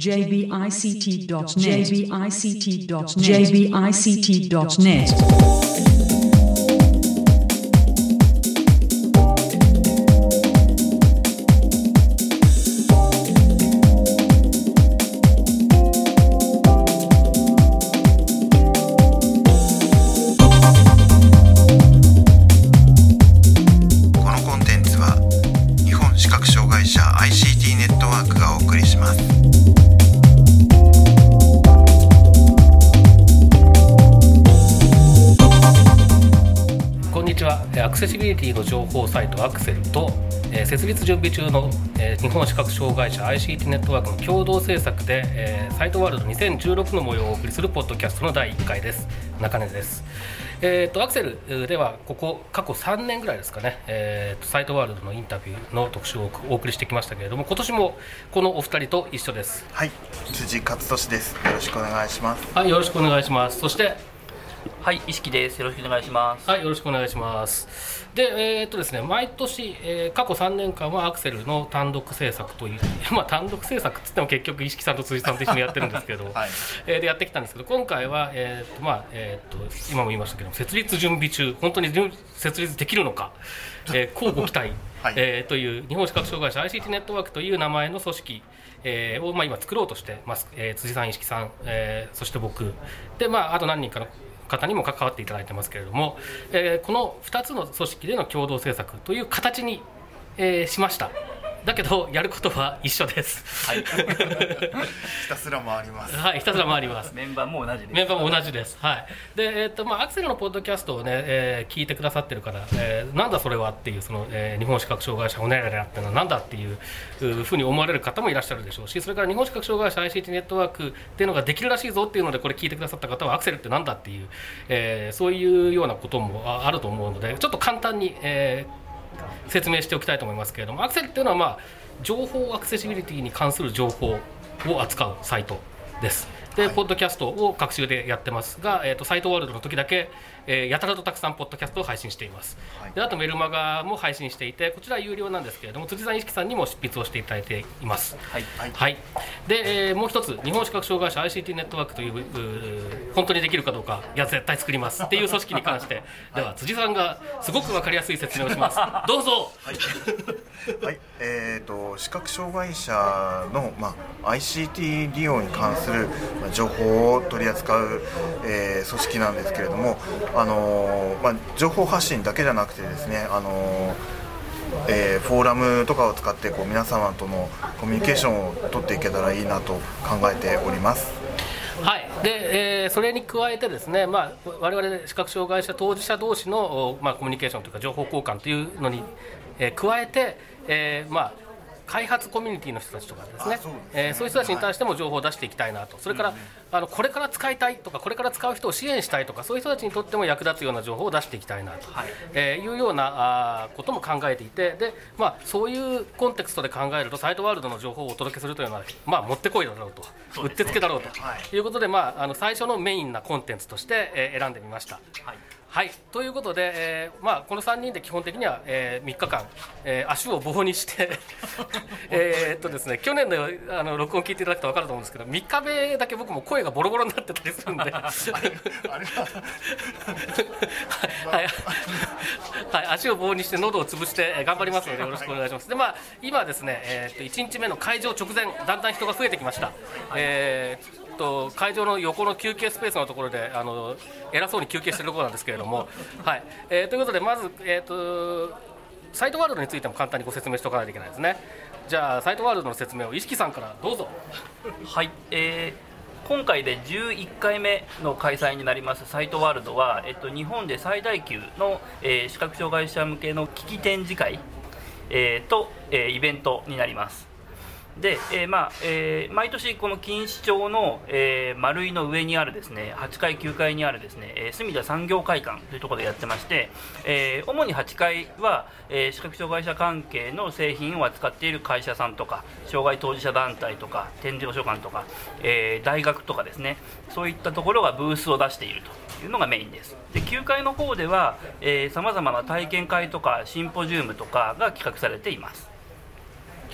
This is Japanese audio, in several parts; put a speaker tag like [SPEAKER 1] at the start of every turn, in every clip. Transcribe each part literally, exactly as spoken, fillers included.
[SPEAKER 1] ジェイビーアイシーティードットネット ジェイビーアイシーティードットネット ジェイビーアイシーティードットネット
[SPEAKER 2] アクセシビリティの情報サイトアクセルと、えー、設立準備中の、えー、日本視覚障害者 アイシーティー ネットワークの共同制作で、えー、サイトワールドにせんじゅうろくの模様をお送りするポッドキャストのだいいっかいです。中根です。えー、とアクセルではここ過去さんねんぐらいですかね、えー、とサイトワールドのインタビューの特集をお送りしてきましたけれども、今年もこのお二人と一緒です。
[SPEAKER 3] はい、辻勝利です。よろしくお願いします。
[SPEAKER 2] はい、よろしくお願いします。そして
[SPEAKER 4] はい、意識です。よろしくお願いします。
[SPEAKER 2] はい、よろしくお願いします。で、えーっとですね、毎年、えー、過去さんねんかんはアクセルの単独制作という、まあ単独制作っつっても結局意識さんと辻さんと一緒にやってるんですけど、はい、えー、でやってきたんですけど、今回は、えーっとまあえーっと今も言いましたけど、設立準備中、本当に設立できるのか、えー、乞うご期待、はい、えー、という日本視覚障害者 アイシーティー ネットワークという名前の組織、えー、を、まあ、今作ろうとしてます。えー、辻さん、意識さん、えー、そして僕で、まあ、あと何人かの方にも関わっていただいてますけれども、えー、このふたつの組織での共同制作という形に、えー、しました。だけどやることは一緒です。はい、ひ
[SPEAKER 3] たすら回ります。
[SPEAKER 2] はい、ひたすら回ります。
[SPEAKER 4] メンバーも同じです。
[SPEAKER 2] メンバーも同じです。はい。で、えっとまあアクセルのポッドキャストをね、えー、聞いてくださってるから、えー、なんだそれはっていうその、えー、日本視覚障害者ホネララっていうのはなんだっていうふうに思われる方もいらっしゃるでしょうし、それから日本視覚障害者 アイシーティー ネットワークっていうのができるらしいぞっていうのでこれ聞いてくださった方はアクセルってなんだっていう、えー、そういうようなこともあると思うので、ちょっと簡単に、えー、説明しておきたいと思いますけれども、アクセルっていうのはまあ情報アクセシビリティに関する情報を扱うサイトです。で、はい、ポッドキャストを各週でやってますが、えー、とサイトワールドの時だけ、えー、やたらとたくさんポッドキャストを配信しています。はい、であとメルマガも配信していて、こちらは有料なんですけれども、辻さん、意識さんにも執筆をしていただいています。はいはいはい、で、えー、もう一つ、日本視覚障害者 アイシーティー ネットワークという本当にできるかどうか、いや絶対作りますっていう組織に関して、はい、では辻さんがすごく分かりやすい説明をします。どうぞ。はい
[SPEAKER 3] はい、えーと、視覚障害者の、まあ、アイシーティー 利用に関する情報を取り扱う、えー、組織なんですけれども、あのーまあ、情報発信だけじゃなくてですね、あのーえー、フォーラムとかを使ってこう皆様とのコミュニケーションを取っていけたらいいなと考えております。
[SPEAKER 2] はい、で、えー、それに加えてですね、まあ、我々視覚障害者当事者同士の、まあ、コミュニケーションというか情報交換というのに、えー、加えて、えーまあ、開発コミュニティの人たちとかですね、そうですね、えー、そういう人たちに対しても情報を出していきたいなと、それから、うん、あのこれから使いたいとかこれから使う人を支援したいとか、そういう人たちにとっても役立つような情報を出していきたいなと、はい、えー、いうようなあことも考えていて、で、まあ、そういうコンテクストで考えるとサイトワールドの情報をお届けするというのは、まあ、もってこいだろうと、うってつけだろうということで、まあ、あの最初のメインなコンテンツとして、えー、選んでみました。はいはい、ということで、えーまあ、このさんにんで基本的には、えー、みっかかん、えー、足を棒にしてえっとですね、去年の、あの録音聞いていただくと分かると思うんですけど、みっかめだけ僕も声がボロボロになってたりするんではい、はい、足を棒にして喉を潰して頑張りますのでよろしくお願いします。で、まあ、今ですね、えー、といちにちめの会場直前、だんだん人が増えてきました。えーと会場の横の休憩スペースのところであの偉そうに休憩しているところなんですけれども、はい、えー、ということでまず、えー、とサイトワールドについても簡単にご説明しておかないといけないですね。じゃあサイトワールドの説明を意識さんからどうぞ。
[SPEAKER 4] はい、えー、今回でじゅういっかいめの開催になりますサイトワールドは、えっと、日本で最大級の、えー、視覚障害者向けの機器展示会、えー、と、えー、イベントになります。で、えーまあえー、毎年この錦糸町の、えー、丸井の上にあるですね、はちかいきゅうかいにあるですね、えー、隅田産業会館というところでやってまして、えー、主にはちかいは、えー、視覚障害者関係の製品を扱っている会社さんとか障害当事者団体とか展示図書館とか、えー、大学とかですね、そういったところがブースを出しているというのがメインです。で、きゅうかいの方ではさまざまな体験会とかシンポジウムとかが企画されています。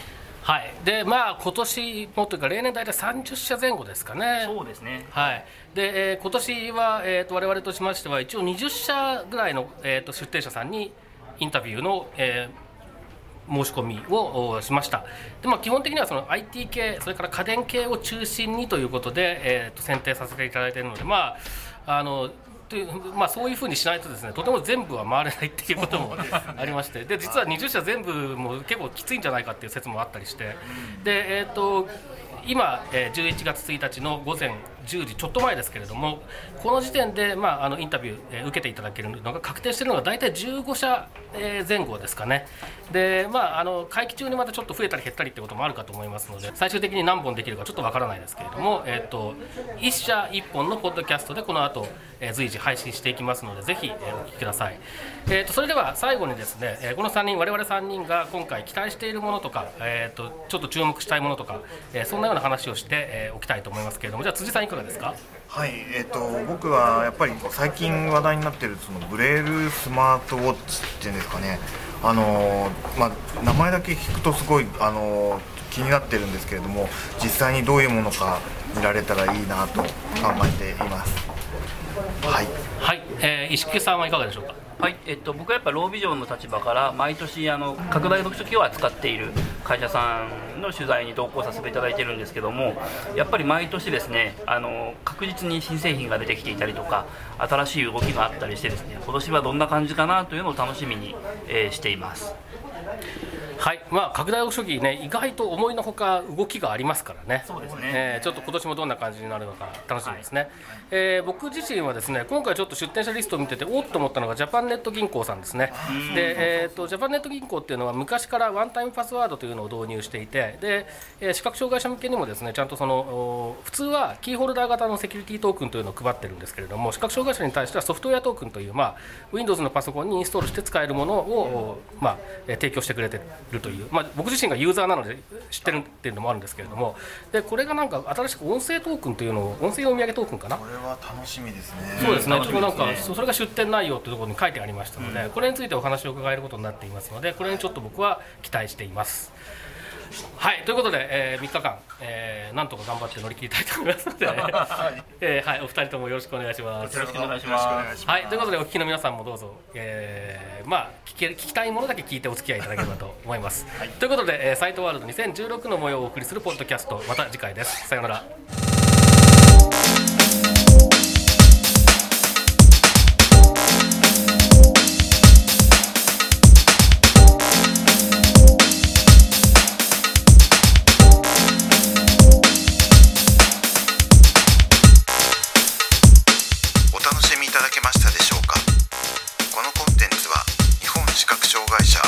[SPEAKER 2] はい、でまあ今年もというか例年大体さんじゅっしゃぜん後ですかね。
[SPEAKER 4] そうですね。
[SPEAKER 2] はい。で、えー、今年は、えー、と我々としましては一応にじゅっしゃぐらいの、えー、と出展者さんにインタビューの、えー、申し込みをしました。で、まあ、基本的にはその アイティー 系それから家電系を中心にということで、えー、と選定させていただいているので、まああのというまあ、そういうふうにしないとですねとても全部は回れないっていうこともありまして、で実はにじゅっしゃ全部も結構きついんじゃないかっていう説もあったりして、で、えー、と今、えー、じゅういちがつついたちの午前じゅうじちょっと前ですけれども、この時点で、まあ、あのインタビュー、えー、受けていただけるのが確定しているのが大体じゅうごしゃ、えー、前後ですかね。で、まあ、あの会期中にまたちょっと増えたり減ったりってこともあるかと思いますので、最終的に何本できるかちょっとわからないですけれども、えー、といっしゃいっぽんのポッドキャストでこの後、えー、随時配信していきますので、ぜひ、えー、お聞きください。えー、とそれでは最後にですね、えー、このさんにん我々さんにんが今回期待しているものとか、えー、とちょっと注目したいものとか、えー、そんなような話をして、えー、おきたいと思いますけれども、じゃあ辻さんいかがですか？
[SPEAKER 3] はい、えー、と僕はやっぱり最近話題になっているそのブレールスマートウォッチっていうんですかね、あのーまあ、名前だけ聞くとすごい、あのー、気になってるんですけれども、実際にどういうものか見られたらいいなと考えています。はい、
[SPEAKER 2] はい、えー、石木さんはいかがでしょうか？
[SPEAKER 4] はい、えっと、僕はやっぱロービジョンの立場から毎年あの拡大読書器を扱っている会社さんの取材に同行させていただいているんですけども、やっぱり毎年ですね、あの確実に新製品が出てきていたりとか新しい動きがあったりしてですね、今年はどんな感じかなというのを楽しみに、えー、しています。
[SPEAKER 2] はい、まあ、拡大読書器ね、意外と思いのほか動きがありますからね。
[SPEAKER 4] そうですね、
[SPEAKER 2] えー、ちょっと今年もどんな感じになるのか楽しみですね。はい、えー、僕自身はですね、今回ちょっと出展者リストを見てておっと思ったのがジャパンネット銀行さんですね。で、えー、とジャパンネット銀行っていうのは昔からワンタイムパスワードというのを導入していて、で、えー、視覚障害者向けにもですね、ちゃんとその普通はキーホルダー型のセキュリティトークンというのを配ってるんですけれども、視覚障害者に対してはソフトウェアトークンという、まあ、Windows のパソコンにインストールして使えるものを、まあ、提供してくれているという、まあ、僕自身がユーザーなので知ってるっていうのもあるんですけれども、でこれがなんか新しく音声トークンというのを、音声読み上げトークンかな、
[SPEAKER 3] これは楽しみですね。
[SPEAKER 2] そうですね、ちょっとなんかそれが出展内容というところに書いてありましたので、うん、これについてお話を伺えることになっていますので、これにちょっと僕は期待しています。はい、ということで、えー、みっかかん、えー、なんとか頑張って乗り切りたいと思いますので、えーはい、お二人ともよろしくお願いします。
[SPEAKER 4] よろしくお願いします。
[SPEAKER 2] はい、ということでお聞きの皆さんもどうぞ、えーまあ、聞, け聞きたいものだけ聞いてお付き合いいただければと思います。はい、ということで、えー、サイトワールドにせんじゅうろくの模様をお送りするポッドキャスト、また次回です。さようなら。
[SPEAKER 3] お楽しみいただけましたでしょうか。このコンテンツは日本視覚障害者